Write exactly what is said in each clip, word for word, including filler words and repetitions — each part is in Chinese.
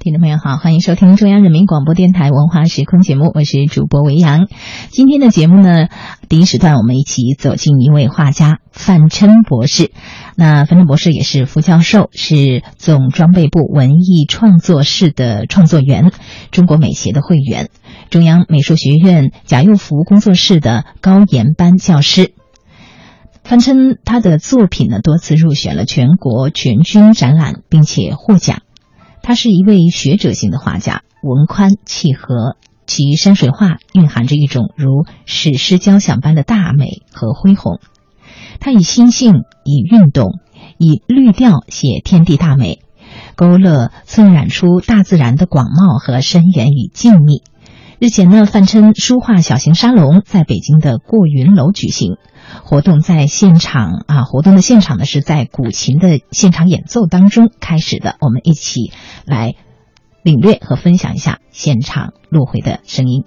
听众朋友好，欢迎收听中央人民广播电台文化时空节目，我是主播维扬。今天的节目呢，第一时段我们一起走进一位画家范琛博士。那范琛博士也是副教授，是总装备部文艺创作室的创作员，中国美协的会员，中央美术学院贾佑福工作室的高研班教师。范琛他的作品呢多次入选了全国全军展览，并且获奖。他是一位学者型的画家，文宽契合，其山水画蕴含着一种如史诗交响般的大美和恢宏。他以心性，以运动，以律调写天地大美，勾勒渲染出大自然的广袤和深远与静谧。日前呢，范琛书画小型沙龙在北京的过云楼举行，活动在现场啊，活动的现场呢是在古琴的现场演奏当中开始的。我们一起来领略和分享一下现场录回的声音。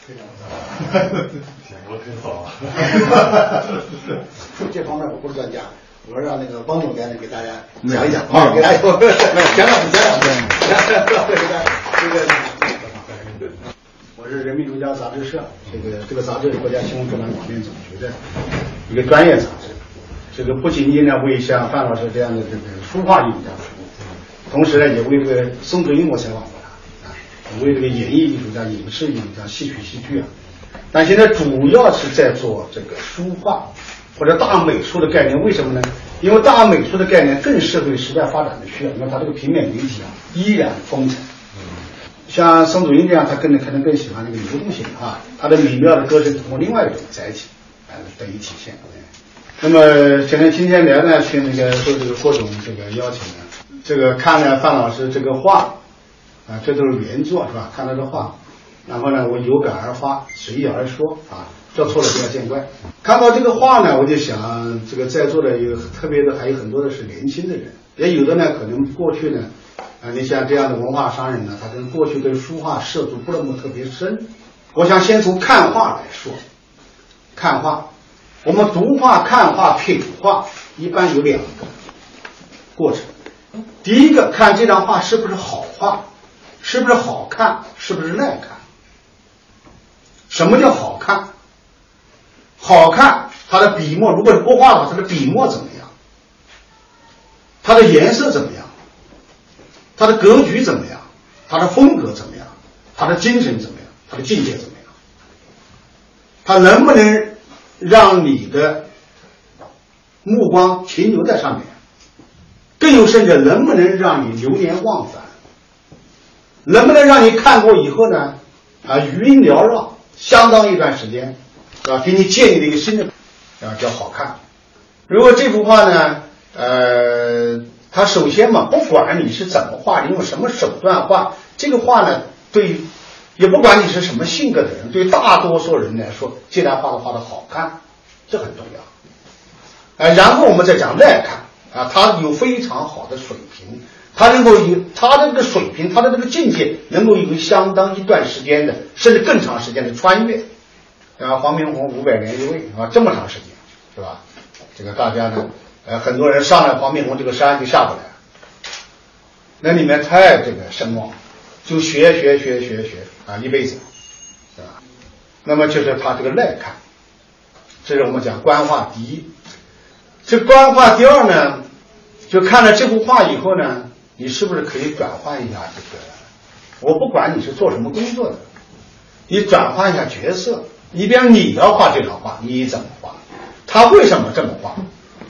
非常早，讲过很早啊。这方面我不是专家，我让那个汪总监给大家讲一讲啊，给大家讲讲讲讲讲。这个，我是人民中家杂志社，这个这个杂志是国家新闻出版广电总局的一个专业杂志。这个不仅仅呢为像范老师这样的这个书画艺术家服务，同时呢也为这个宋祖英我采访过他啊，为这个演艺艺术家、影视艺术家、戏曲戏剧啊。但现在主要是在做这个书画或者大美术的概念，为什么呢？因为大美术的概念更适合时代发展的需要。你看它这个平面媒体啊，依然风采。像宋祖英这样，他更可能更喜欢那个流动性啊，他的美妙的歌声通过另外一种载体来得以体现。那么现在今天来呢，去那个受这个郭总这个邀请呢，这个看了范老师这个画啊，这都是原作是吧？看了这画，然后呢，我有感而发，随意而说啊，说错了不要见怪。看到这个画呢，我就想，这个在座的有特别的还有很多的是年轻的人，也有的呢可能过去呢，啊，你像这样的文化商人呢，他跟过去对书画涉足不那么特别深。我想先从看画来说，看画。我们读画、看画、品画，一般有两个过程。第一个，看这张画是不是好画，是不是好看，是不是耐看。什么叫好看？好看，它的笔墨，如果是国画的话，它的笔墨怎么样？它的颜色怎么样？它的格局怎么样？它的风格怎么样？它的精神怎么样？它的境界怎么样？它能不能让你的目光停留在上面，更有甚者，能不能让你流连忘返？能不能让你看过以后呢，啊，余音缭绕，相当一段时间，啊，给你建立了一个新的，啊，叫好看。如果这幅画呢，呃，它首先嘛，不管你是怎么画，你用什么手段画，这个画呢，对。也不管你是什么性格的人，对大多数人来说，这张画的画的好看，这很重要。呃，然后我们再讲耐看啊，它有非常好的水平，它能够有它的这个水平，它的这个境界能够有相当一段时间的，甚至更长时间的穿越。啊，黄明宏五百年一位啊，这么长时间，是吧？这个大家呢，呃，很多人上了黄明宏这个山就下不来，那里面太这个深奥，就学学学学学。啊，一辈子，是吧？那么就是他这个耐看，这是我们讲观画第一。这观画第二呢，就看了这幅画以后呢，你是不是可以转换一下这个？我不管你是做什么工作的，你转换一下角色。你比如你要画这张画，你怎么画？他为什么这么画？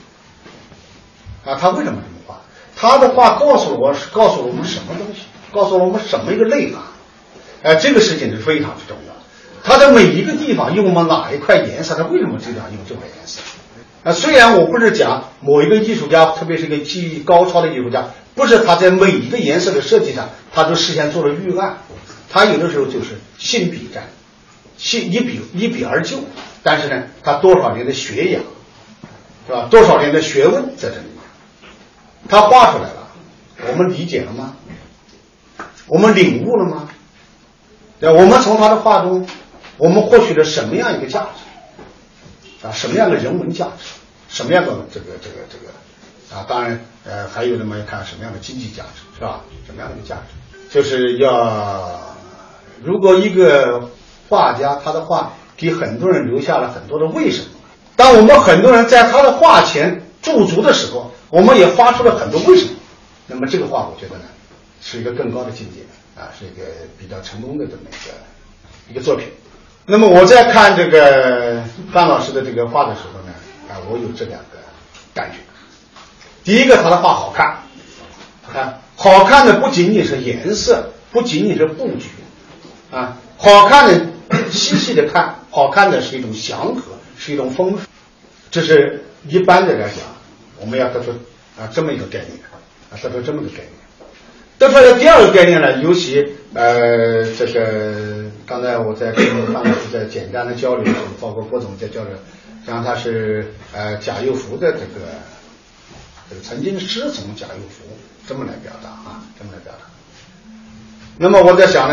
啊，他为什么这么画？他的画告诉了我，告诉了我们什么东西？告诉了我们什么一个内涵？哎、呃，这个事情是非常之重要。它的每一个地方用我们哪一块颜色，它为什么这样用这块颜色？啊、呃，虽然我不是讲某一个艺术家，特别是一个技艺高超的艺术家，不是他在每一个颜色的设计上，他都事先做了预案，他有的时候就是信笔战，信一笔一笔而就，但是呢，他多少年的学养，是吧？多少年的学问在这里面，他画出来了，我们理解了吗？我们领悟了吗？对，我们从他的画中，我们获取了什么样一个价值？啊，什么样的人文价值？什么样的这个这个这个啊？当然，呃，还有那么看什么样的经济价值，是吧？什么样的一个价值？就是要，如果一个画家他的画给很多人留下了很多的为什么，当我们很多人在他的画前驻足的时候，我们也发出了很多为什么。那么这个画，我觉得呢，是一个更高的境界。啊，是一个比较成功的这么一个一个作品。那么我在看这个范老师的这个画的时候呢，啊，我有这两个感觉。第一个，他的画好看，啊，好看的不仅仅是颜色，不仅仅是布局，啊，好看的细细的看，好看的是一种祥和，是一种丰富。这是一般的来讲，我们要得出啊这么一个概念，啊，得出这么个概念。得出来的第二个概念呢，尤其呃，这个刚才我在跟范老师在简单的交流的时候，包括郭总在交流，像他是呃贾佑福的这个这个曾经师从贾佑福这么来表达啊，这么来表达。那么我在想呢，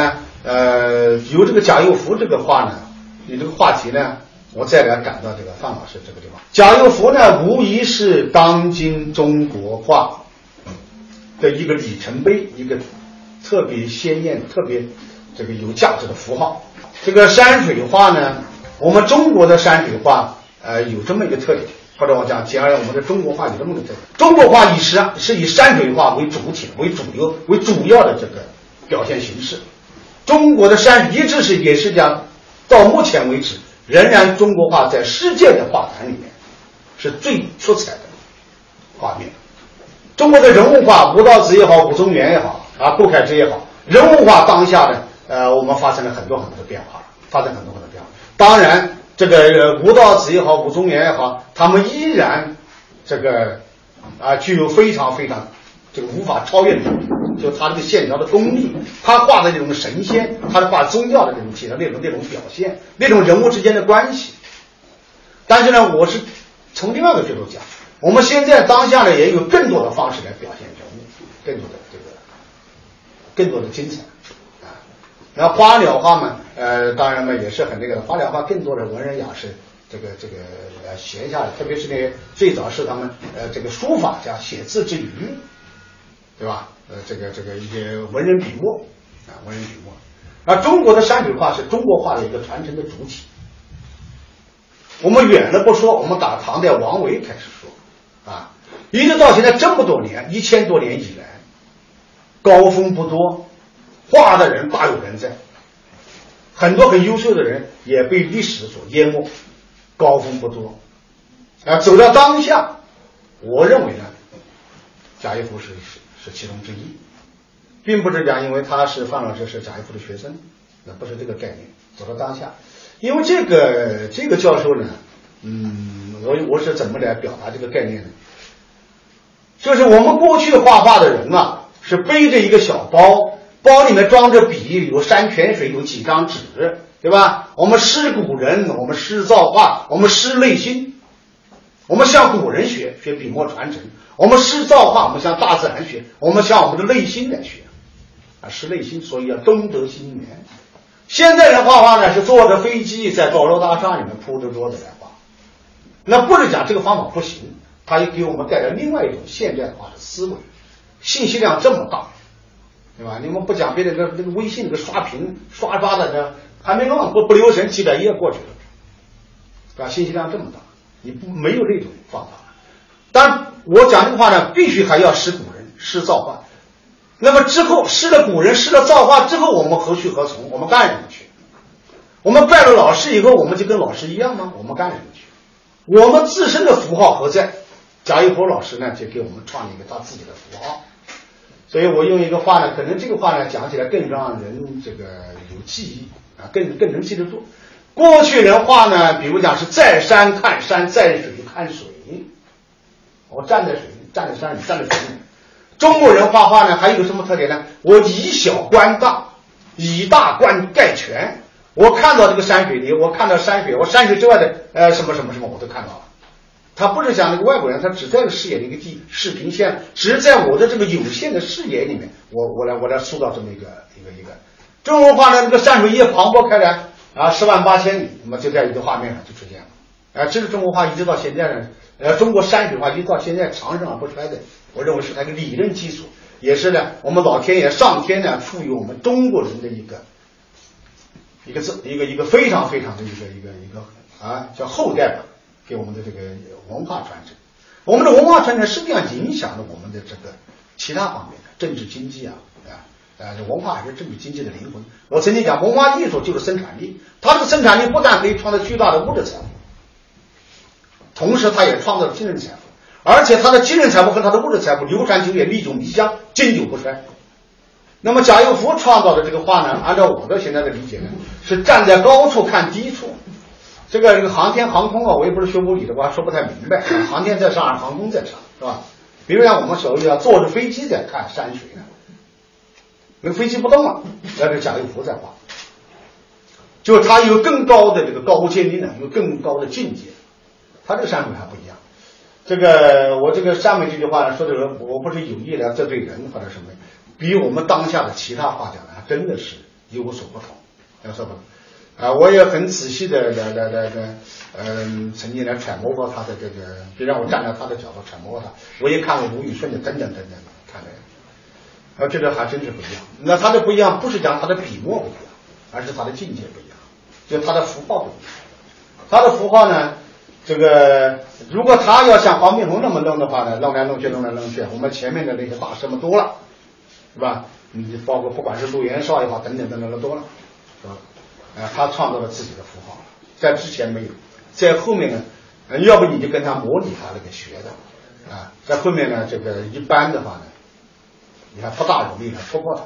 呃，由这个贾又福这个话呢，你这个话题呢，我再来赶到这个范老师这个地方。贾又福呢，无疑是当今中国画的一个里程碑，一个特别鲜艳、特别这个有价值的符号。这个山水画呢，我们中国的山水画，呃，有这么一个特点，或者我讲，简而言，我们的中国画有这么一个特点。中国画以实是以山水画为主体、为主流、为主要的这个表现形式。中国的山水一直是也是讲，到目前为止，仍然中国画在世界的画坛里面是最出彩的画面。中国的人物画，吴道子也好，武宗元也好，啊，顾恺之也好，人物画当下呢，呃，我们发生了很多很多的变化，发生很多很多变化。当然，这个吴道子也好，武宗元也好，他们依然这个啊，具有非常非常这个无法超越的，就他这个线条的功力，他画的那种神仙，他的画宗教的那种体的那种那种表现，那种人物之间的关系。但是呢，我是从另外一个角度讲。我们现在当下呢，也有更多的方式来表现人物，更多的这个，更多的精彩啊。那花鸟画嘛，呃，当然嘛也是很这个，花鸟画更多的文人雅士这个这个呃写下来，特别是那最早是他们呃这个书法家写字之余，对吧？呃，这个这个一些文人笔墨啊，文人笔墨。而中国的山水画是中国画的一个传承的主体。我们远了不说，我们打唐代王维开始说。啊，一直到现在这么多年，一千多年以来，高峰不多，画的人大有人在，很多很优秀的人也被历史所淹没，高峰不多。啊，走到当下，我认为呢，贾一夫是是是其中之一，并不是讲因为他是范老师是贾一夫的学生，那不是这个概念。走到当下，因为这个这个教授呢。嗯，我我是怎么来表达这个概念呢？就是我们过去画画的人啊，是背着一个小包，包里面装着笔，有山泉水，有几张纸，对吧？我们诗古人，我们诗造画，我们诗内心，我们向古人学，学笔墨传承；我们诗造画，我们向大自然学，我们向我们的内心来学啊，诗内心，所以要中得心源。现在人画画呢，是坐着飞机在高楼大厦里面铺着桌子来画。那不是讲这个方法不行，它也给我们带来另外一种现代化的思维，信息量这么大，对吧？你们不讲别的，那那个微信那个刷屏刷刷的呢，还没弄不不留神几百页过去了，对吧？信息量这么大，你不没有这种方法。但我讲这个话呢，必须还要识古人，识造化。那么之后识了古人，识了造化之后，我们何去何从？我们干什么去？我们拜了老师以后，我们就跟老师一样吗？我们干什么去？我们自身的符号何在？贾一夫老师呢，就给我们创立一个他自己的符号。所以我用一个话呢，可能这个话呢讲起来更让人这个有记忆啊，更更能记得住。过去人画呢，比如讲是在山看山，在水看水。我站在水，站在山里，站在水里。中国人画画呢，还有个什么特点呢？我以小观大，以大观概全。我看到这个山水里，我看到山水，我山水之外的呃什么什么什么我都看到了。他不是像那个外国人，他只在视野的一个地视平线，只是在我的这个有限的视野里面，我我来我来塑造这么一个一个一个。中国画呢，这个山水一磅礴开来啊，十万八千里，那么就在一个画面上就出现了。啊，这是中国画一直到现在呢，呃，中国山水画一直到现在长盛而不衰的，我认为是它一个理论基础，也是呢我们老天爷上天呢赋予我们中国人的一个一个字，一个一个非常非常的一个一个一个啊叫后代吧，给我们的这个文化传承。我们的文化传承实际上影响了我们的这个其他方面的政治经济啊啊啊，文化还是政治经济的灵魂。我曾经讲，文化艺术就是生产力，它这个生产力不但可以创造巨大的物质财富，同时它也创造了精神财富，而且它的精神财富和它的物质财富流传久远，历久弥香，经久不衰。那么贾又福创造的这个画呢，按照我的现在的理解呢，是站在高处看低处。这个这个航天航空啊，我也不是学物理的，我还说不太明白。航天在上，航空在上，是吧？比如像我们所谓的坐着飞机在看山水呢，那个飞机不动了，那是贾又福在画，就是他有更高的这个高见力呢，有更高的境界。他这个山水还不一样。这个我这个上面这句话呢说的人，我不是有意的得罪人或者什么，比我们当下的其他画家呢，真的是有所不同，有所不同。啊，我也很仔细的来来来来，嗯，曾经来揣摩过他的这个，别让我站在他的角度揣摩过他。我也看过吴宇顺的等等等等的，看这个，啊，这个还真是不一样。那他的不一样，不是讲他的笔墨不一样，而是他的境界不一样，就他的符号不一样。他的符号呢，这个如果他要像黄宾虹那么弄的话呢，弄来弄去弄来弄去，我们前面的那些大师们多了，是吧？你包括不管是陆源绍也好，等等等等的多了，是吧？啊，他创造了自己的符号，在之前没有，在后面呢，呃、要不你就跟他模拟他那个学的，啊，在后面呢，这个一般的话呢，你看不大容易来突破他。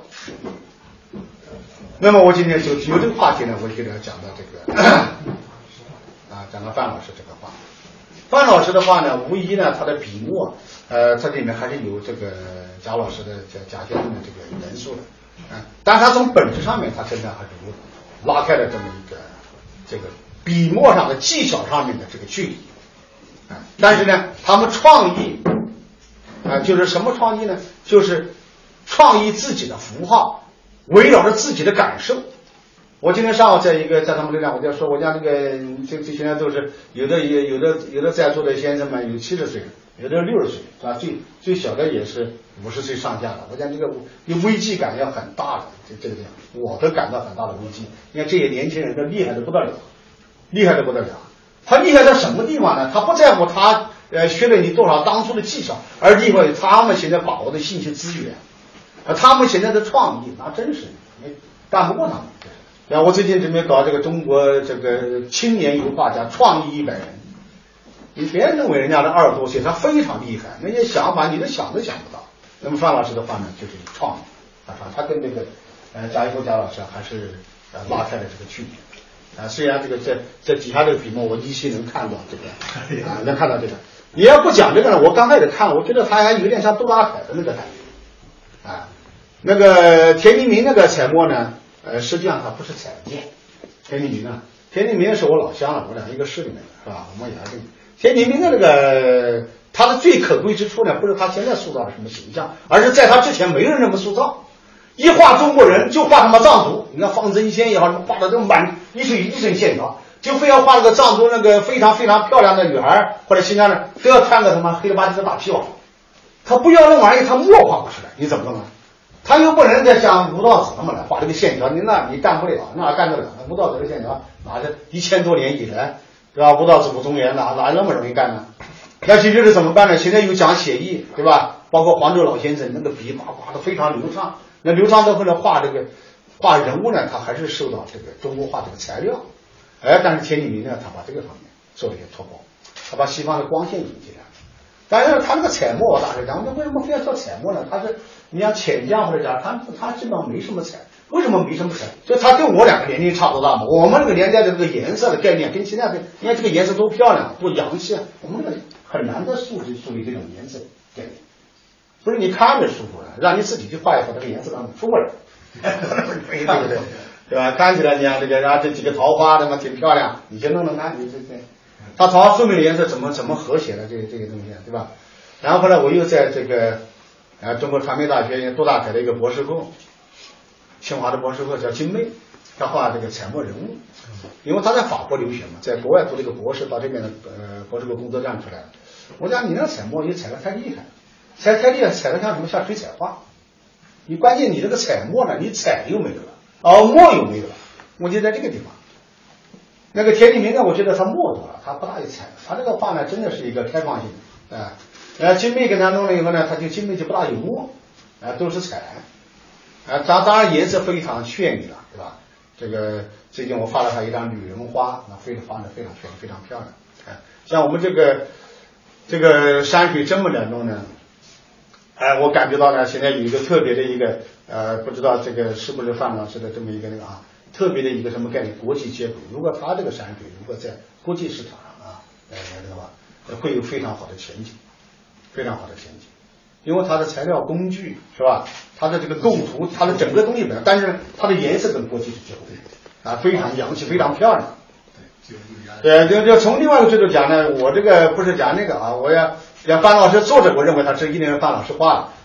那么我今天就有这个话题呢，我就要讲到这个，啊，讲到范老师这个话。范老师的话呢，无疑呢，他的笔墨，呃，这里面还是有这个贾老师的贾贾先生的这个元素的，啊，但他从本质上面，他真的还是有拉开了这么一个这个笔墨上的技巧上面的这个距离，啊，但是呢，他们创意，啊，就是什么创意呢？就是创意自己的符号，围绕着自己的感受。我今天上午在一个在他们这两，我就说，我家这个这这些人都是有的也有的有的在座的先生们有七十岁，有的六十岁，是吧？最最小的也是五十岁上下的。我讲这个有危机感要很大的，这这个样，我都感到很大的危机。你看这些年轻人都厉害的不得了，厉害的不得了。他厉害在什么地方呢？他不在乎他呃学了你多少当初的技巧，而厉害于他们现在把握的信息资源，啊，他们现在的创意，那真是没干不过他们。然后我最近准备搞这个中国这个青年油画家创意一百人，你别认为人家的二十多岁他非常厉害，那些想法你都想都想不到。那么范老师的话呢，就是创意，啊，他跟这个呃贾一峰贾老师还是呃拉开了这个距离啊。虽然这个这这底下这个笔墨我依稀能看到这个啊，能看到这个。你要不讲这个呢，我刚开始看，我觉得他还有点像杜拉凯的那个感觉啊。那个田明明那个彩墨呢？呃，实际上它不是彩墨，田立明啊，田立明是我老乡了，我俩一个市里面的，是吧？我们也是田立明的那个，他的最可贵之处呢，不是他现在塑造的什么形象，而是在他之前没人这么塑造。一画中国人就画他妈藏族，你看方真仙也好，画的这么满一身一身线条，就非要画那个藏族那个非常非常漂亮的女孩，或者新疆人，非要穿个他妈黑了吧唧的大皮袄，他不要那玩意，他墨画不出来，你怎么弄啊？他又不能再像吴道子那么来画这个线条，你那你干不了，那干得了？那吴道子的线条，哪是一千多年以来，是吧？吴道子、吴宗元哪哪那么容易干呢？那其实是怎么办呢？现在有讲写意，对吧？包括黄州老先生那个笔画画的非常流畅，那流畅到后来画这个画人物呢，他还是受到这个中国画这个材料，哎，但是田立明呢，他把这个方面做了一些突破，他把西方的光线引进来。但是他那个彩墨，我大概讲，那为什么非要叫彩墨呢？他是你像浅匠或者讲，他他基本上没什么彩，为什么没什么彩？就他跟我两个年龄差不多大嘛。我们那个年代的这个颜色的概念跟现在的，你看这个颜色多漂亮，多洋气啊！我们那个很难的树立树立这种颜色概念，不是你看着舒服了，让你自己去画一画，这个颜色让你出不来，对不对？对吧？看起来你看这个，然后这几个桃花他妈挺漂亮，你先弄弄看，你这这。它桃花后面的颜色怎么怎么和谐的这个这个东西，对吧？然后后来我又在这个呃中国传媒大学杜大凯的一个博士后，清华的博士后叫金妹，他画这个彩墨人物，因为他在法国留学嘛，在国外读了一个博士，到这边的呃博士后工作站出来了。我讲你那彩墨你彩的太厉害，彩太厉害，彩的像什么？像水彩画。你关键你这个彩墨呢，你彩又没有了，哦墨又没有了，我就在这个地方。那个田立明呢，我觉得他墨多了，他不大有彩。他这个画呢，真的是一个开放性的啊。呃，金妹给他弄了以后呢，他就金妹就不大有墨，啊，都是彩。啊，当当然颜色非常绚丽了，对吧？这个最近我发了他一张女人花，那非常画的非常漂亮，非常漂亮。啊，像我们这个这个山水这么来弄呢，哎、呃，我感觉到呢，现在有一个特别的一个呃，不知道这个是不是范老师的这么一个那个啊。特别的一个什么概念？国际接轨。如果他这个山水如果在国际市场上啊来来的话，会有非常好的前景，非常好的前景。因为它的材料工具是吧？它的这个构图，它的整个东西本，但是它的颜色跟国际是接轨啊，非常洋气，非常漂亮。对，就就从另外一个角度讲呢，我这个不是讲那个啊，我要讲范老师作者，我认为他是一定是范老师画的，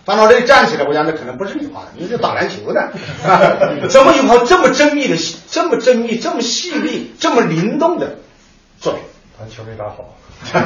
范老师站起来，我讲那可能不是你画的，你是打篮球的，啊、怎么有套这么缜密的、这么缜密、这么细腻、这么灵动的作品？ 他球没打好，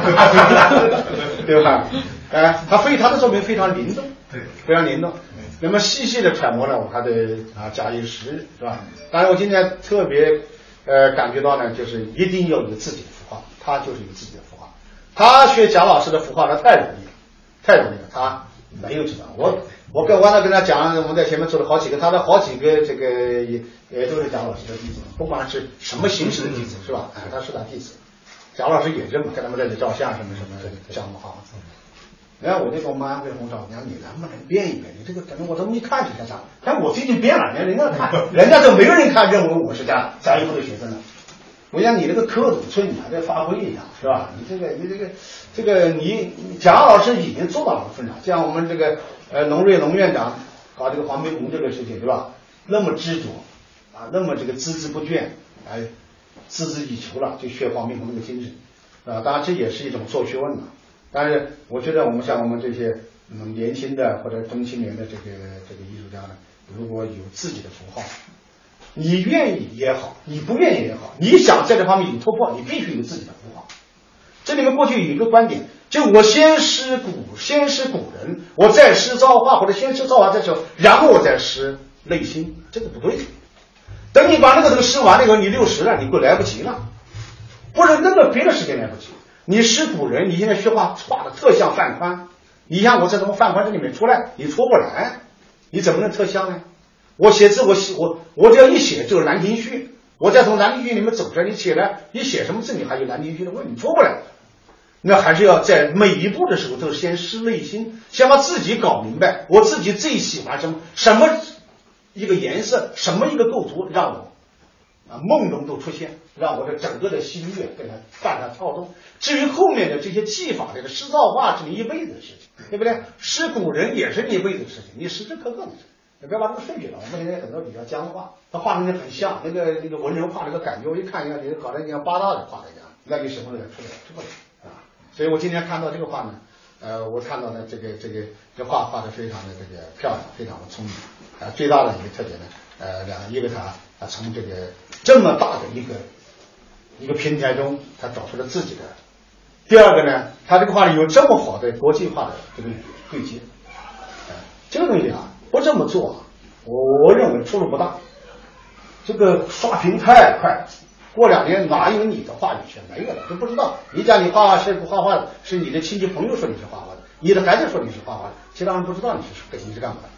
对吧？哎，他非他的作品非常灵动， 对， 非常灵动。那么细细的揣摩呢，我还得啊加以时，是吧？当然，我今天特别呃感觉到呢，就是一定要有自己的幅画，他就是有自己的幅画。他学贾老师的幅画，那太容易了，太容易了。他没有知道，我我跟我呢跟他讲，我们在前面做了好几个，他的好几个这个也也都是贾老师的弟子，不管是什么形式的弟子，是吧？哎，他是他弟子。贾老师也认嘛，跟他们在这里照相什么什么项目哈。然后我就跟我们安徽红照，你看你能不能变一变？你这个等我这么一看就像啥？但我最近变了，人家看，人家都没有人看认为我是贾贾一夫的学生了。我想你这个刻度寸你还在发挥一下，是吧？你这个你这个这个你贾老师已经做到了份上，像我们这个呃龙瑞龙院长搞这个黄飞鸿这个事情，对吧？那么执着啊，那么这个孜孜不倦，哎，孜孜以求了，就学黄飞鸿这个精神啊。当然这也是一种做学问嘛。但是我觉得我们像我们这些嗯年轻的或者中青年的这个这个艺术家呢，如果有自己的符号，你愿意也好，你不愿意也好，你想在这方面有突破，你必须有自己的符号。这里面过去有一个观点，就我先识古，先识古人，我再识造化，或者先识造化再说，然后我再识内心，这个不对。等你把那个都识完了以后，你六十了，你就来不及了，不是那个别的时间来不及。你识古人，你现在学画画的特像范宽，你像我这从范宽这里面出来，你出不来，你怎么能特像呢？我写字，我写我我只要一写就是兰亭序，我再从兰亭序里面走出来，你写来你写什么字，你还有兰亭序的问题，你出不来。那还是要在每一步的时候都先识内心，先把自己搞明白，我自己最喜欢什么，什么一个颜色，什么一个构图，让我啊梦中都出现，让我的整个的心乐跟它伴它跳动。至于后面的这些技法，这个诗造画是你一辈子的事情，对不对？识古人也是你一辈子的事情，你时时刻刻的事情。你不要把这个顺序了，我们现在很多比较僵化，他画的那很像那个那个文人画那个感觉，我一看一下，你搞得像八大的画的一样，那你什么都出来出不来啊！所以我今天看到这个画呢，呃，我看到呢这个这个这画画的非常的这个漂亮，非常的聪明啊。最大的一个特点呢，呃，两一个他啊从这个这么大的一个一个平台中，他找出了自己的。第二个呢，他这个画里有这么好的国际化的这个对接，啊，这个东西啊。不这么做，我我认为出路不大。这个刷屏太快，过两年哪有你的话语权？没有了，都不知道。你讲你画画是画画的，是你的亲戚朋友说你是画画的，你的孩子说你是画画的，其他人不知道你是你是干嘛的。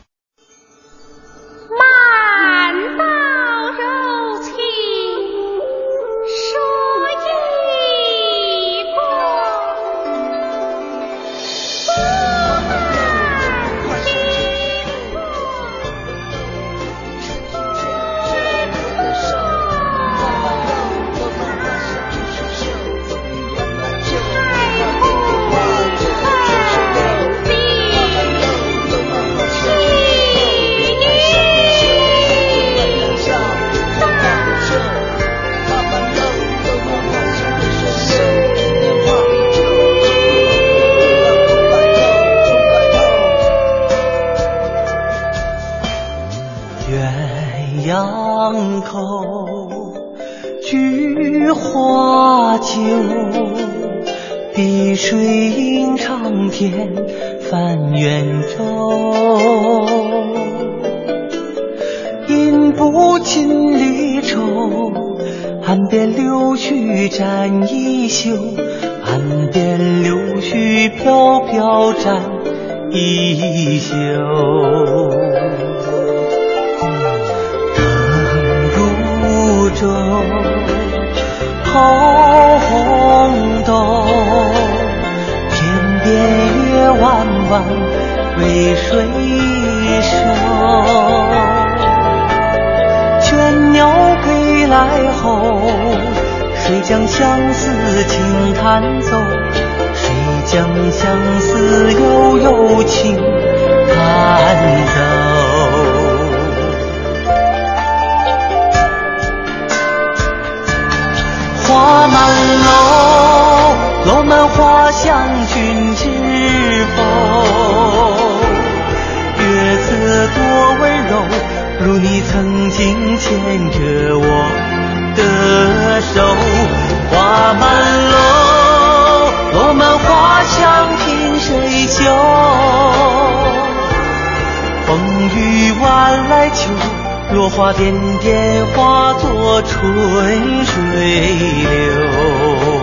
满道柔情说一波。 鸳鸯口，菊花酒，碧水映长天泛圆周。饮不尽离愁，岸边柳絮沾衣袖，岸边柳絮飘飘沾衣袖。舟抛红豆，天边月弯弯为谁收？倦鸟归来后，谁将相思轻弹奏？谁将相思悠悠轻弹奏？花满楼，落满花香君知否？ 多温柔，如你曾经牵着我的手。花满楼，落满花香凭谁救？风雨晚来秋，落花点点化作春水流。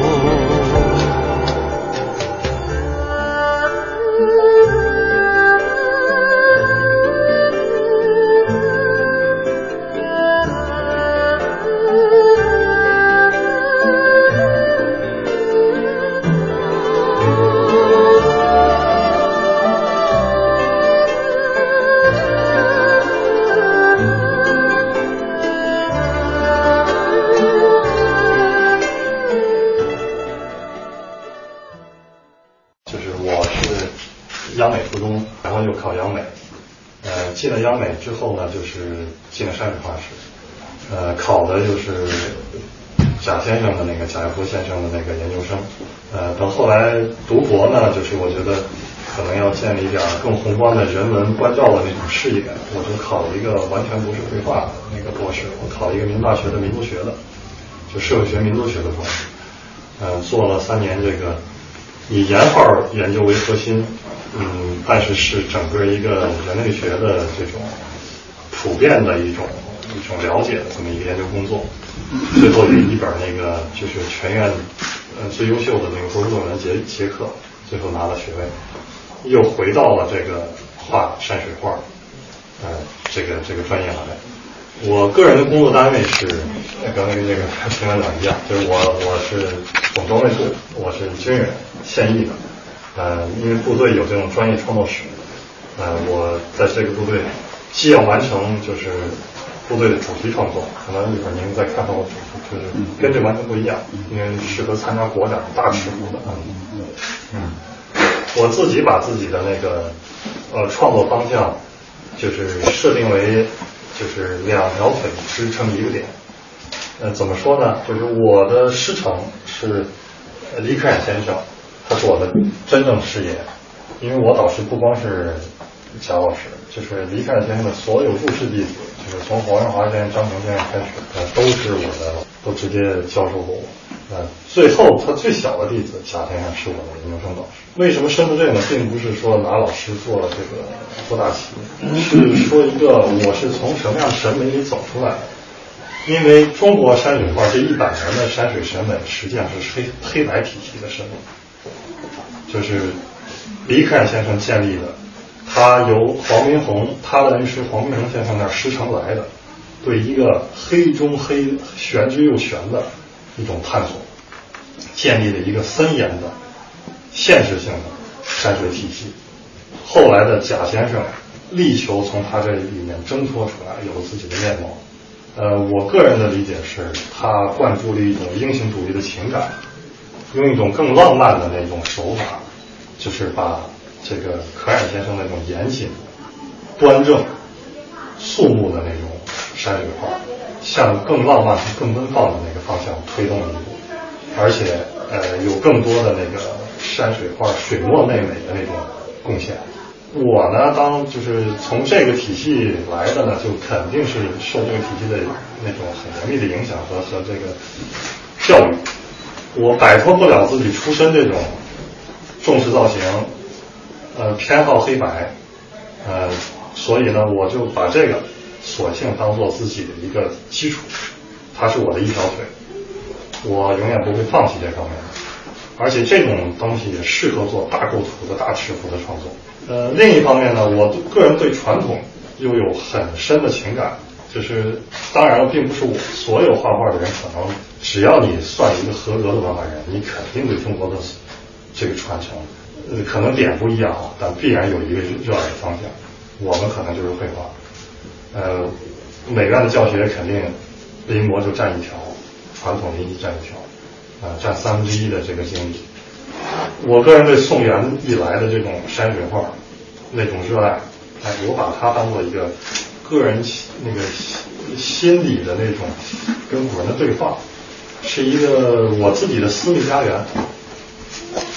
进了央美之后呢，就是进了山水画室，呃，考的就是贾先生的那个贾友坡先生的那个研究生，呃，等后来读博呢，就是我觉得可能要建立一点更宏观的人文关照的那种视野，我就考了一个完全不是绘画的那个博士，我考了一个民大学的民族学的，就社会学民族学的博士，呃，做了三年这个以岩画研究为核心。嗯，但是是整个一个人类学的这种普遍的一种一种了解的这么一个研究工作，最后有一本那个就是全院呃最优秀的那个博士论文结结课，最后拿了学位，又回到了这个画山水画，呃这个这个专业来。我个人的工作单位是跟那个这个平班长一样，就是我我是总装备部，我是军人现役的。呃，因为部队有这种专业创作室，呃，我在这个部队既要完成就是部队的主题创作，可能一会儿您再看到我主题，就是跟这完全不一样，因为适合参加国展大尺幅的。嗯，我自己把自己的那个呃创作方向就是设定为就是两条腿支撑一个点。呃，怎么说呢？就是我的师承是李可染先生。他是我的真正事业，因为我导师不光是贾老师，就是李可染先生的所有入室弟子，就是从黄仁华先生、张成先生开始，呃，都是我的，都直接教授过我。呃，最后他最小的弟子贾先生是我的研究生导师。为什么深度这个呢？并不是说拿老师做这个做大旗，是说一个我是从什么样的审美里走出来的。因为中国山水画这一百年的山水审美实际上是黑黑白体系的审美。就是李可染先生建立的，他由黄宾虹他的恩师黄宾虹先生那儿师承来的，对一个黑中黑玄之又玄的一种探索，建立了一个森严的现实性的山水体系。后来的贾先生力求从他这里面挣脱出来，有自己的面貌。呃，我个人的理解是，他灌注了一种英雄主义的情感，用一种更浪漫的那种手法，就是把这个可染先生那种严谨、端正、肃穆的那种山水画，向更浪漫、更奔放的那个方向推动了一步，而且呃有更多的那个山水画水墨内美的那种贡献。我呢，当就是从这个体系来的呢，就肯定是受这个体系的那种很严密的影响和和这个教育。我摆脱不了自己出身这种重视造型，呃，偏好黑白，呃，所以呢，我就把这个索性当做自己的一个基础，它是我的一条腿，我永远不会放弃这方面的。而且这种东西也适合做大构图的大尺幅的创作。呃，另一方面呢，我个人对传统又有很深的情感，就是当然了，并不是我所有画画的人，可能只要你算一个合格的文化人，你肯定对中国的这个传承，呃，可能点不一样啊，但必然有一个热爱的方向。我们可能就是绘画，呃，美院的教学肯定临摹就占一条，传统临摹占一条。啊，占三分之一的这个精力。我个人对宋元以来的这种山水画那种热爱，哎，我把它当做一个个人那个心理的那种跟古人的对话，是一个我自己的私密家园。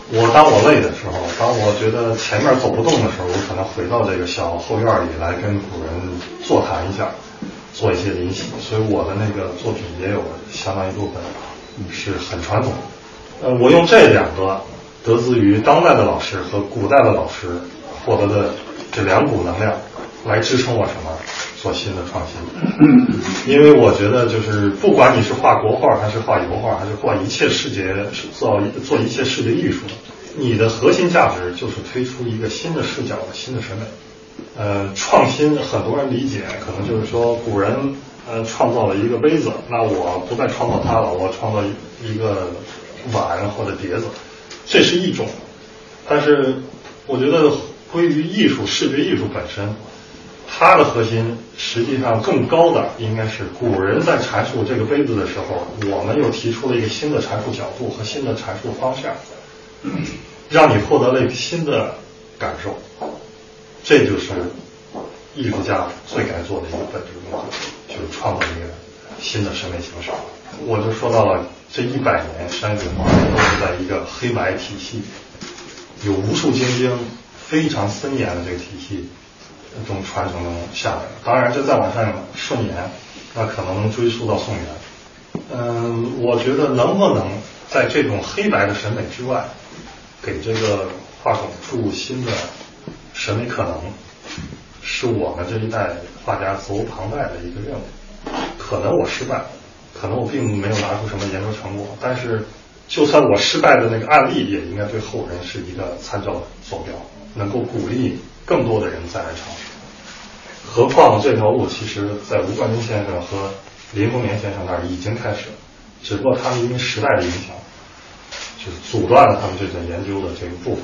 我当我累的时候，当我觉得前面走不动的时候，我可能回到这个小后院里来跟古人座谈一下，做一些临习。所以我的那个作品也有相当一部分是很传统的。呃，我用这两个得自于当代的老师和古代的老师获得的这两股能量来支撑我什么做新的创新。因为我觉得就是不管你是画国画还是画油画还是画一切视觉做做一切视觉艺术，你的核心价值就是推出一个新的视角的新的审美。呃，创新很多人理解可能就是说古人呃创造了一个杯子，那我不再创造它了，我创造一个碗或者碟子，这是一种。但是我觉得归于艺术视觉艺术本身，它的核心实际上更高的应该是古人在阐述这个杯子的时候，我们又提出了一个新的阐述角度和新的阐述方向，让你获得了一个新的感受。这就是艺术家最该做的一个本质工作，就是创造一个新的审美形式。我就说到了这一百年山水画都是在一个黑白体系，有无数精英非常森严的这个体系中传承下来。当然这再往上顺延，那可能能追溯到宋元。嗯，我觉得能不能在这种黑白的审美之外，给这个画种注入新的审美可能，是我们这一代画家责无旁贷的一个任务。可能我失败，可能我并没有拿出什么研究成果，但是就算我失败的那个案例，也应该对后人是一个参照坐标，能够鼓励更多的人再来尝试。何况这条路其实在吴冠中先生和林风眠先生那儿已经开始了，只不过他们因为时代的影响，就是阻断了他们这种研究的这个步伐。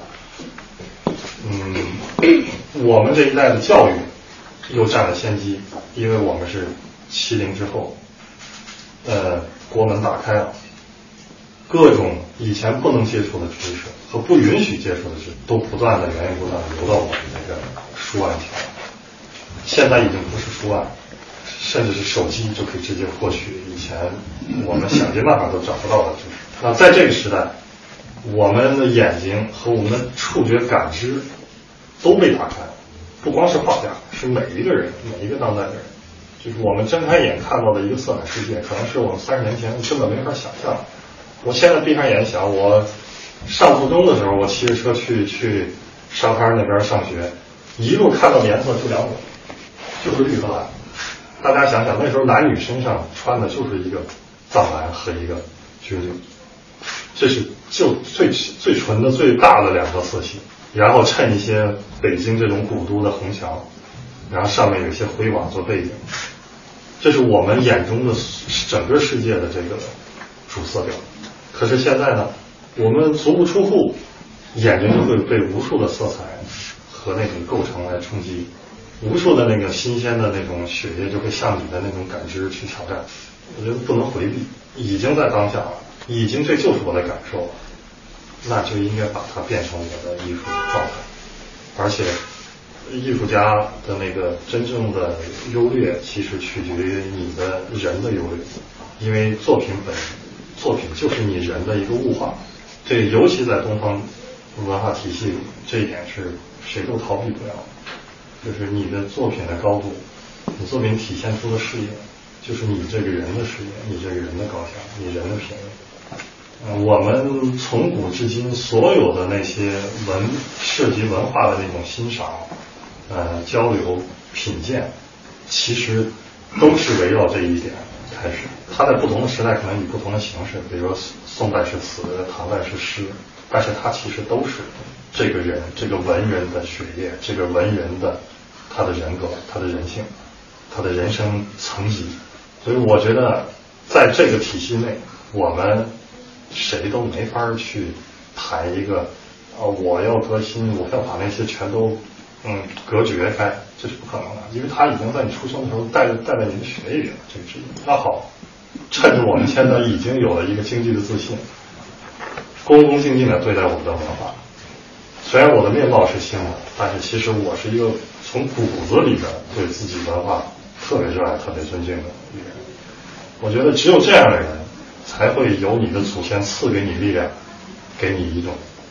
嗯，我们这一代的教育又占了先机，因为我们是七零之后，呃，国门打开了，各种以前不能接触的知识和不允许接触的知识，都不断的源源不断的流到我们那个书案条。现在已经不是书案，甚至是手机就可以直接获取以前我们想尽办法都找不到的知识。那在这个时代，我们的眼睛和我们的触觉感知都被打开了，不光是画家，是每一个人，每一个当代的人。就是我们睁开眼看到的一个色彩世界，可能是我们三十年前根本没法想象。我现在闭上眼想，我上初中的时候，我骑着车去去沙滩那边上学，一路看到的颜色就两种，就是绿和蓝。大家想想，那时候男女身上穿的就是一个藏蓝和一个军绿，这是就最最纯的最大的两个色系，然后衬一些北京这种古都的红墙，然后上面有一些灰瓦做背景，这是我们眼中的整个世界的这个主色调。可是现在呢，我们足不出户，眼睛就会被无数的色彩和那种构成来冲击，无数的那个新鲜的那种血液就会向你的那种感知去挑战。我觉得不能回避，已经在当下了，已经这就是我的感受了，那就应该把它变成我的艺术状态。而且艺术家的那个真正的优劣其实取决于你的人的优劣，因为作品本作品就是你人的一个物化，这尤其在东方文化体系里，这一点是谁都逃避不了。就是你的作品的高度，你作品体现出的视野，就是你这个人的视野，你这个人的高下，你人的品味。嗯，我们从古至今所有的那些文涉及文化的那种欣赏、呃交流、品鉴，其实都是围绕这一点开始。它在不同的时代可能以不同的形式，比如说宋代是词，唐代是诗，但是它其实都是这个人，这个文人的血液，这个文人的他的人格，他的人性，他的人生层级。所以我觉得在这个体系内，我们谁都没法去谈一个呃，我要革新，我要把那些全都嗯隔绝开，这是不可能的，因为它已经在你出生的时候带带在你的血液里了，这个知识。那好，趁着我们现在已经有了一个经济的自信，恭恭敬敬地对待我们的文化。虽然我的面貌是新的，但是其实我是一个从骨子里的对自己文化特别热爱、特别尊敬的一个人。我觉得只有这样的人，才会有你的祖先赐给你力量，给你一种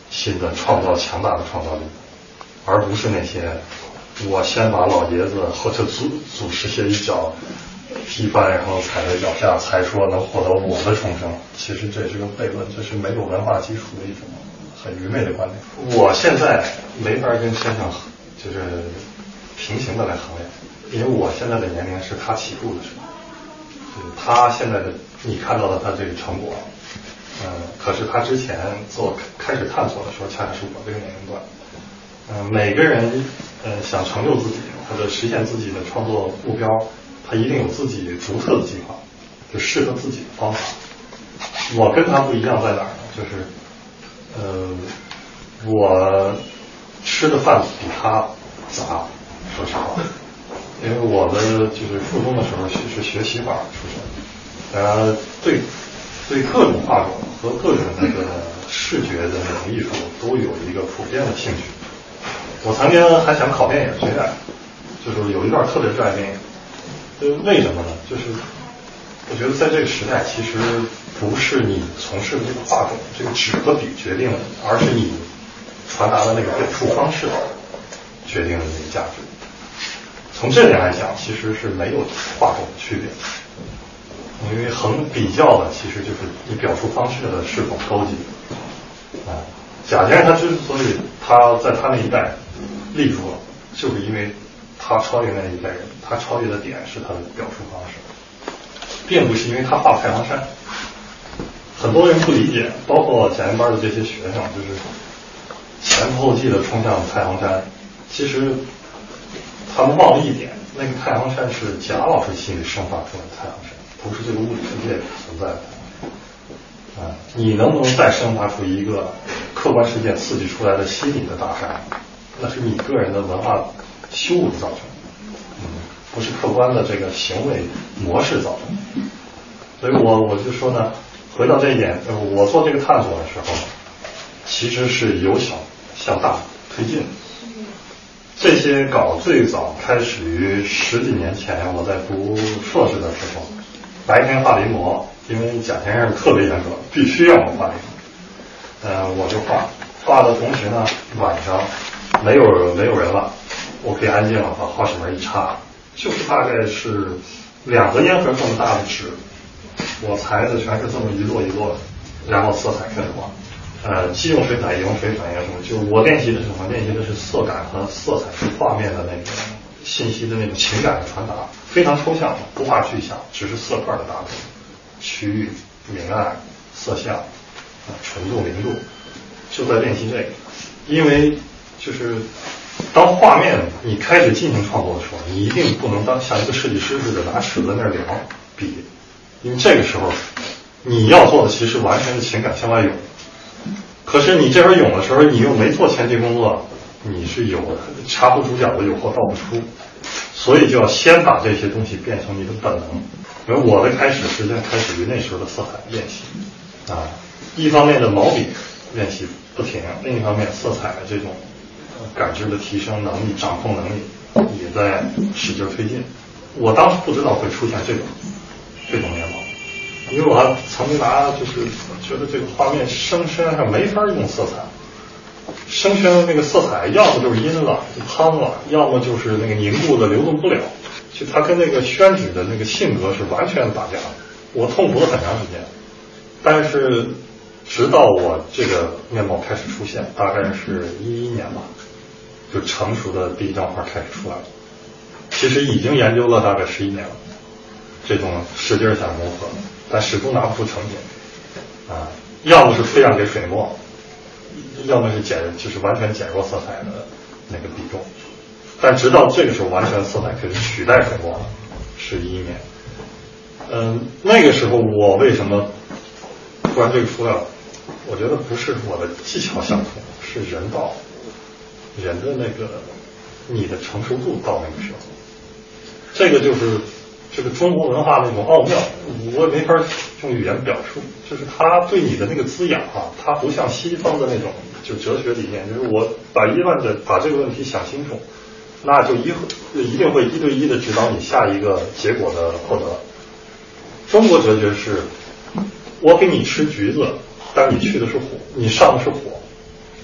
新的创造强大的创造力，而不是那些我先把老爷子或者祖祖师爷一脚踢翻，然后踩在脚下才说能获得我的重生。其实这是个悖论，这是没有文化基础的一种很愚昧的观点。我现在没法跟先生就是平行的来衡量，因为我现在的年龄是他起步的时候，就是他现在的你看到的他这个成果，嗯、呃，可是他之前做开始探索的时候，恰恰是我这个年龄段。嗯、呃，每个人呃想成就自己或者实现自己的创作目标，他一定有自己独特的计划，就适合自己的方法。我跟他不一样在哪儿呢？就是，呃，我吃的饭比他杂，说实话，因为我的就是初中的时候是学习法出身，呃，对对各种画种和各种那个视觉的那种艺术都有一个普遍的兴趣。我曾经还想考电影学院，就是有一段特别热爱电影。呃，为什么呢？就是我觉得在这个时代，其实不是你从事的这个画种、这个纸和笔决定了，而是你传达的那个表述方式决定了你的价值。从这点来讲，其实是没有画种的区别，因为横比较的其实就是你表述方式的是否高级。啊，贾先生他之所以他在他那一代立住了，就是因为他超越那一代人，他超越的点是他的表述方式，并不是因为他画太行山。很多人不理解，包括贾研班的这些学生，就是前仆后继的冲向太行山。其实他们忘了一点，那个太行山是贾老师心里生发出来的太行山，不是这个物理世界存在的。啊，你能不能再生发出一个客观事件刺激出来的心理的大山？那是你个人的文化修为造成的，嗯，不是客观的这个行为模式造成的。所以我我就说呢，回到这一点，我做这个探索的时候，其实是由小向大推进的。这些稿最早开始于十几年前，我在读硕士的时候，白天画临摹，因为贾先生特别严格，必须要我画临摹，呃，我就画，画的同时呢，晚上没有没有人了，我可以安静了，把画室门一插，就是大概是两个烟盒这么大的纸，我裁的全是这么一摞一摞的，然后色彩开始画。呃，既用水彩也用水粉也什么，就是我练习的是什么？练习的是色感和色彩是画面的那个信息的那种情感的传达，非常抽象，不画具象，只是色块的搭配，区域、明暗、色相、呃、纯度、明度，就在练习这个。因为就是当画面你开始进行创作的时候，你一定不能当像一个设计师似的拿尺子那量笔，因为这个时候你要做的其实完全是情感向外涌。可是你这边涌的时候，你又没做前期工作，你是有插不住脚的，有货倒不出，所以就要先把这些东西变成你的本能。因为我的开始实际上开始于那时候的色彩练习啊，一方面的毛笔练习不停，另一方面色彩的这种感知的提升能力、掌控能力也在使劲推进。我当时不知道会出现这种这种面貌。因为我还曾经拿就是觉得这个画面生身上没法用色彩，生身的那个色彩要么就是阴了就汤了，要么就是那个凝固的流动不了，就它跟那个宣纸的那个性格是完全打架的。我痛苦了很长时间，但是直到我这个面貌开始出现，大概是一一年吧，就成熟的第一张画开始出来了。其实已经研究了大概十一年了，这种使劲想磨合，但始终拿不出成品啊！要么是推让给水墨，要么是减，就是完全减弱色彩的那个比重。但直到这个时候，完全色彩可以取代水墨了，是一一年。嗯，那个时候我为什么突然这个出来了？我觉得不是我的技巧相同，是人到人的那个你的成熟度到那个时候，这个就是这个中国文化那种奥妙，我没法用语言表述。就是它对你的那个滋养啊，它不像西方的那种就哲学理念，就是我把一万的把这个问题想清楚，那就一一定会一对一的指导你下一个结果的获得。中国哲学是，我给你吃橘子，但你去的是火，你上的是火，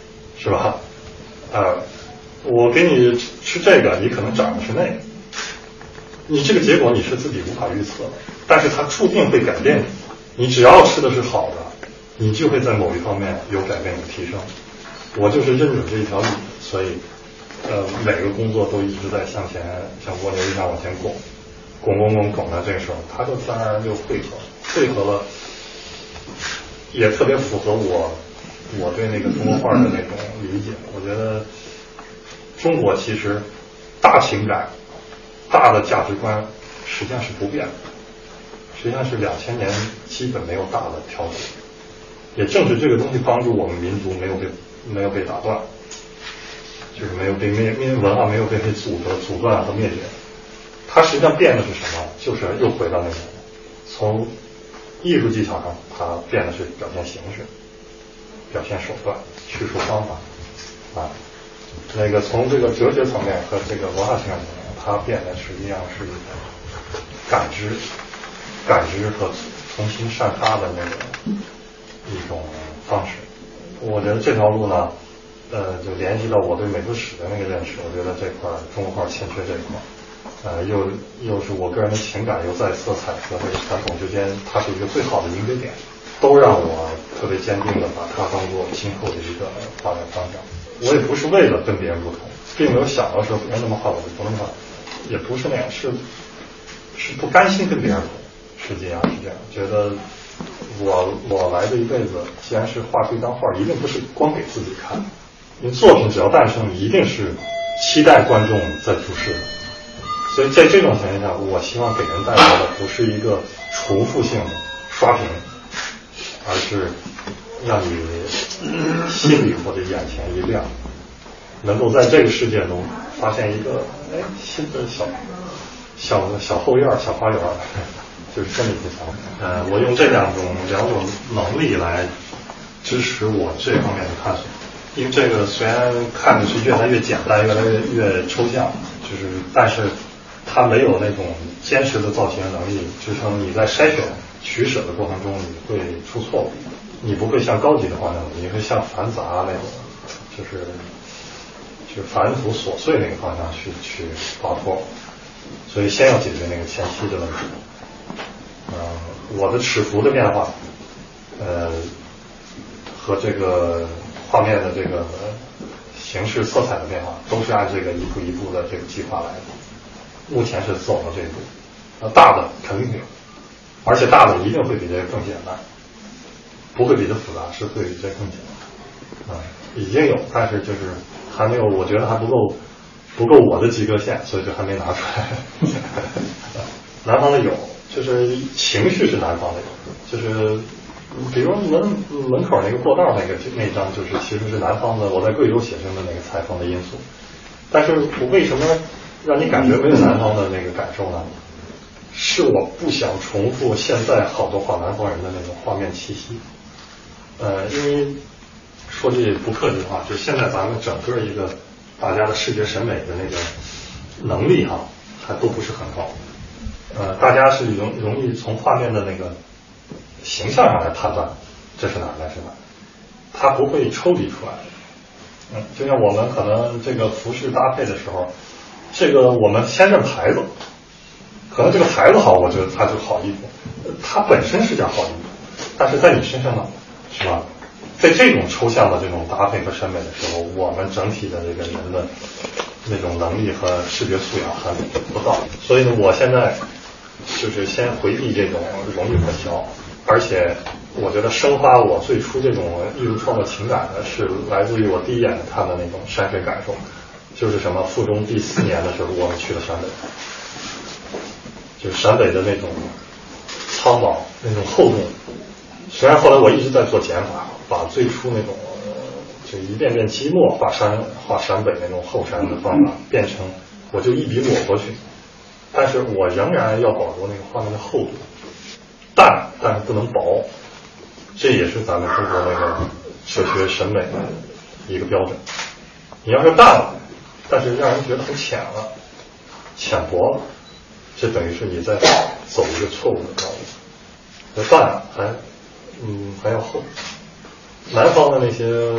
是吧？呃，我给你吃这个，你可能长的是那个，你这个结果你是自己无法预测的，但是它注定会改变你。你只要吃的是好的，你就会在某一方面有改变有提升。我就是认准这一条路，所以呃每个工作都一直在向前，像蜗牛一样往前拱，拱拱拱拱到这个时候，它就自然而然就汇合，汇合了，也特别符合我我对那个中国画的那种理解。我觉得中国其实大情感、大的价值观实际上是不变的，实际上是两千年基本没有大的调整。也正是这个东西帮助我们民族没有被没有被打断，就是没有被灭灭文化没有被被阻隔阻断和灭绝。它实际上变的是什么？就是又回到那个从艺术技巧上，它变的是表现形式、表现手段、叙述方法啊。那个从这个哲学层面和这个文化情感层面，它变的实际上是一种感知、感知和重新散发的那个一种方式。我觉得这条路呢，呃，就联系到我对美术史的那个认识。我觉得这块中国画欠缺这一块，呃，又又是我个人的情感又在色彩和这个传统之间，它是一个最好的凝结点，都让我特别坚定的把它当做今后的一个发展方向。我也不是为了跟别人不同，并没有想到说别人那么画我就不能画，也不是那样，是是不甘心跟别人不同，实际上是这样，觉得我我来这一辈子，既然是画这张画，一定不是光给自己看，因为作品只要诞生，一定是期待观众在注视的。所以在这种情况下，我希望给人带来的不是一个重复性的刷屏，而是让你心里或者眼前一亮，能够在这个世界中发现一个哎新的小小小后院、小花园。就是这么一个想法。呃，我用这两种两种能力来支持我这方面的探索。因为这个虽然看着是越来越简单，越来越越抽象，就是但是它没有那种坚实的造型能力支撑你在筛选取舍的过程中你会出错误，你不会像高级的画那种，你会像繁杂那种，就是就是繁复琐碎那个方向去去画脱。所以先要解决那个前期的问题。呃，我的尺幅的变化，呃，和这个画面的这个形式、色彩的变化，都是按这个一步一步的这个计划来的。目前是走到这一步，呃，大的肯定有，而且大的一定会比这个更简单，不会比这复杂，是会比这更简单。啊、呃，已经有，但是就是还没有，我觉得还不够，不够我的及格线，所以就还没拿出来。南方的有。就是情绪是南方的，就是比如门门口那个过道那个那张，就是其实是南方的，我在贵州写生的那个采风的因素。但是我为什么让你感觉没有南方的那个感受呢？是我不想重复现在好多画南方人的那种画面气息。呃，因为说句不客气的话，就现在咱们整个一个大家的视觉审美的那个能力哈，还都不是很高。呃，大家是容容易从画面的那个形象上来判断这是哪那是哪，它不会抽离出来。嗯，就像我们可能这个服饰搭配的时候，这个我们先认牌子，可能这个牌子好，我觉得它就好衣服，它本身是件好衣服，但是在你身上呢，是吧？在这种抽象的这种搭配和审美的时候，我们整体的这个人的那种能力和视觉素养还不到，所以呢，我现在。就是先回避这种容易混淆，而且我觉得生发我最初这种艺术创作情感的是来自于我第一眼看的那种山水感受，就是什么附中第四年的时候我们去了陕北，就是陕北的那种苍茫那种厚重。虽然后来我一直在做减法，把最初那种就一遍遍积墨画山画陕北那种后山的方法变成我就一笔抹过去。但是我仍然要保留那个画面的厚度，淡但是不能薄，这也是咱们中国那个哲学审美的一个标准。你要是淡了，但是让人觉得很浅了、浅薄了，这等于是你在走一个错误的道路。那淡还嗯还要厚。南方的那些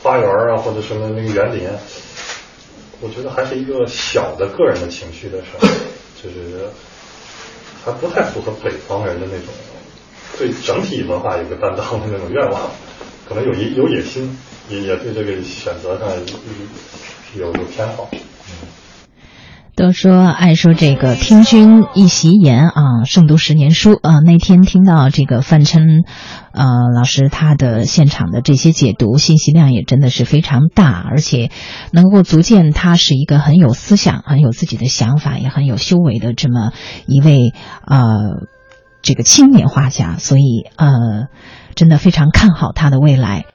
花园啊，或者什么那个园林，我觉得还是一个小的个人的情绪的事儿，就是还不太符合北方人的那种对整体文化有个担当的那种愿望，可能有野有野心，也也对这个选择上有有偏好。 都说爱说这个听君一席言啊，胜读十年书啊。那天听到这个范琛呃老师他的现场的这些解读，信息量也真的是非常大，而且能够足见他是一个很有思想、很有自己的想法，也很有修为的这么一位呃这个青年画家，所以呃真的非常看好他的未来。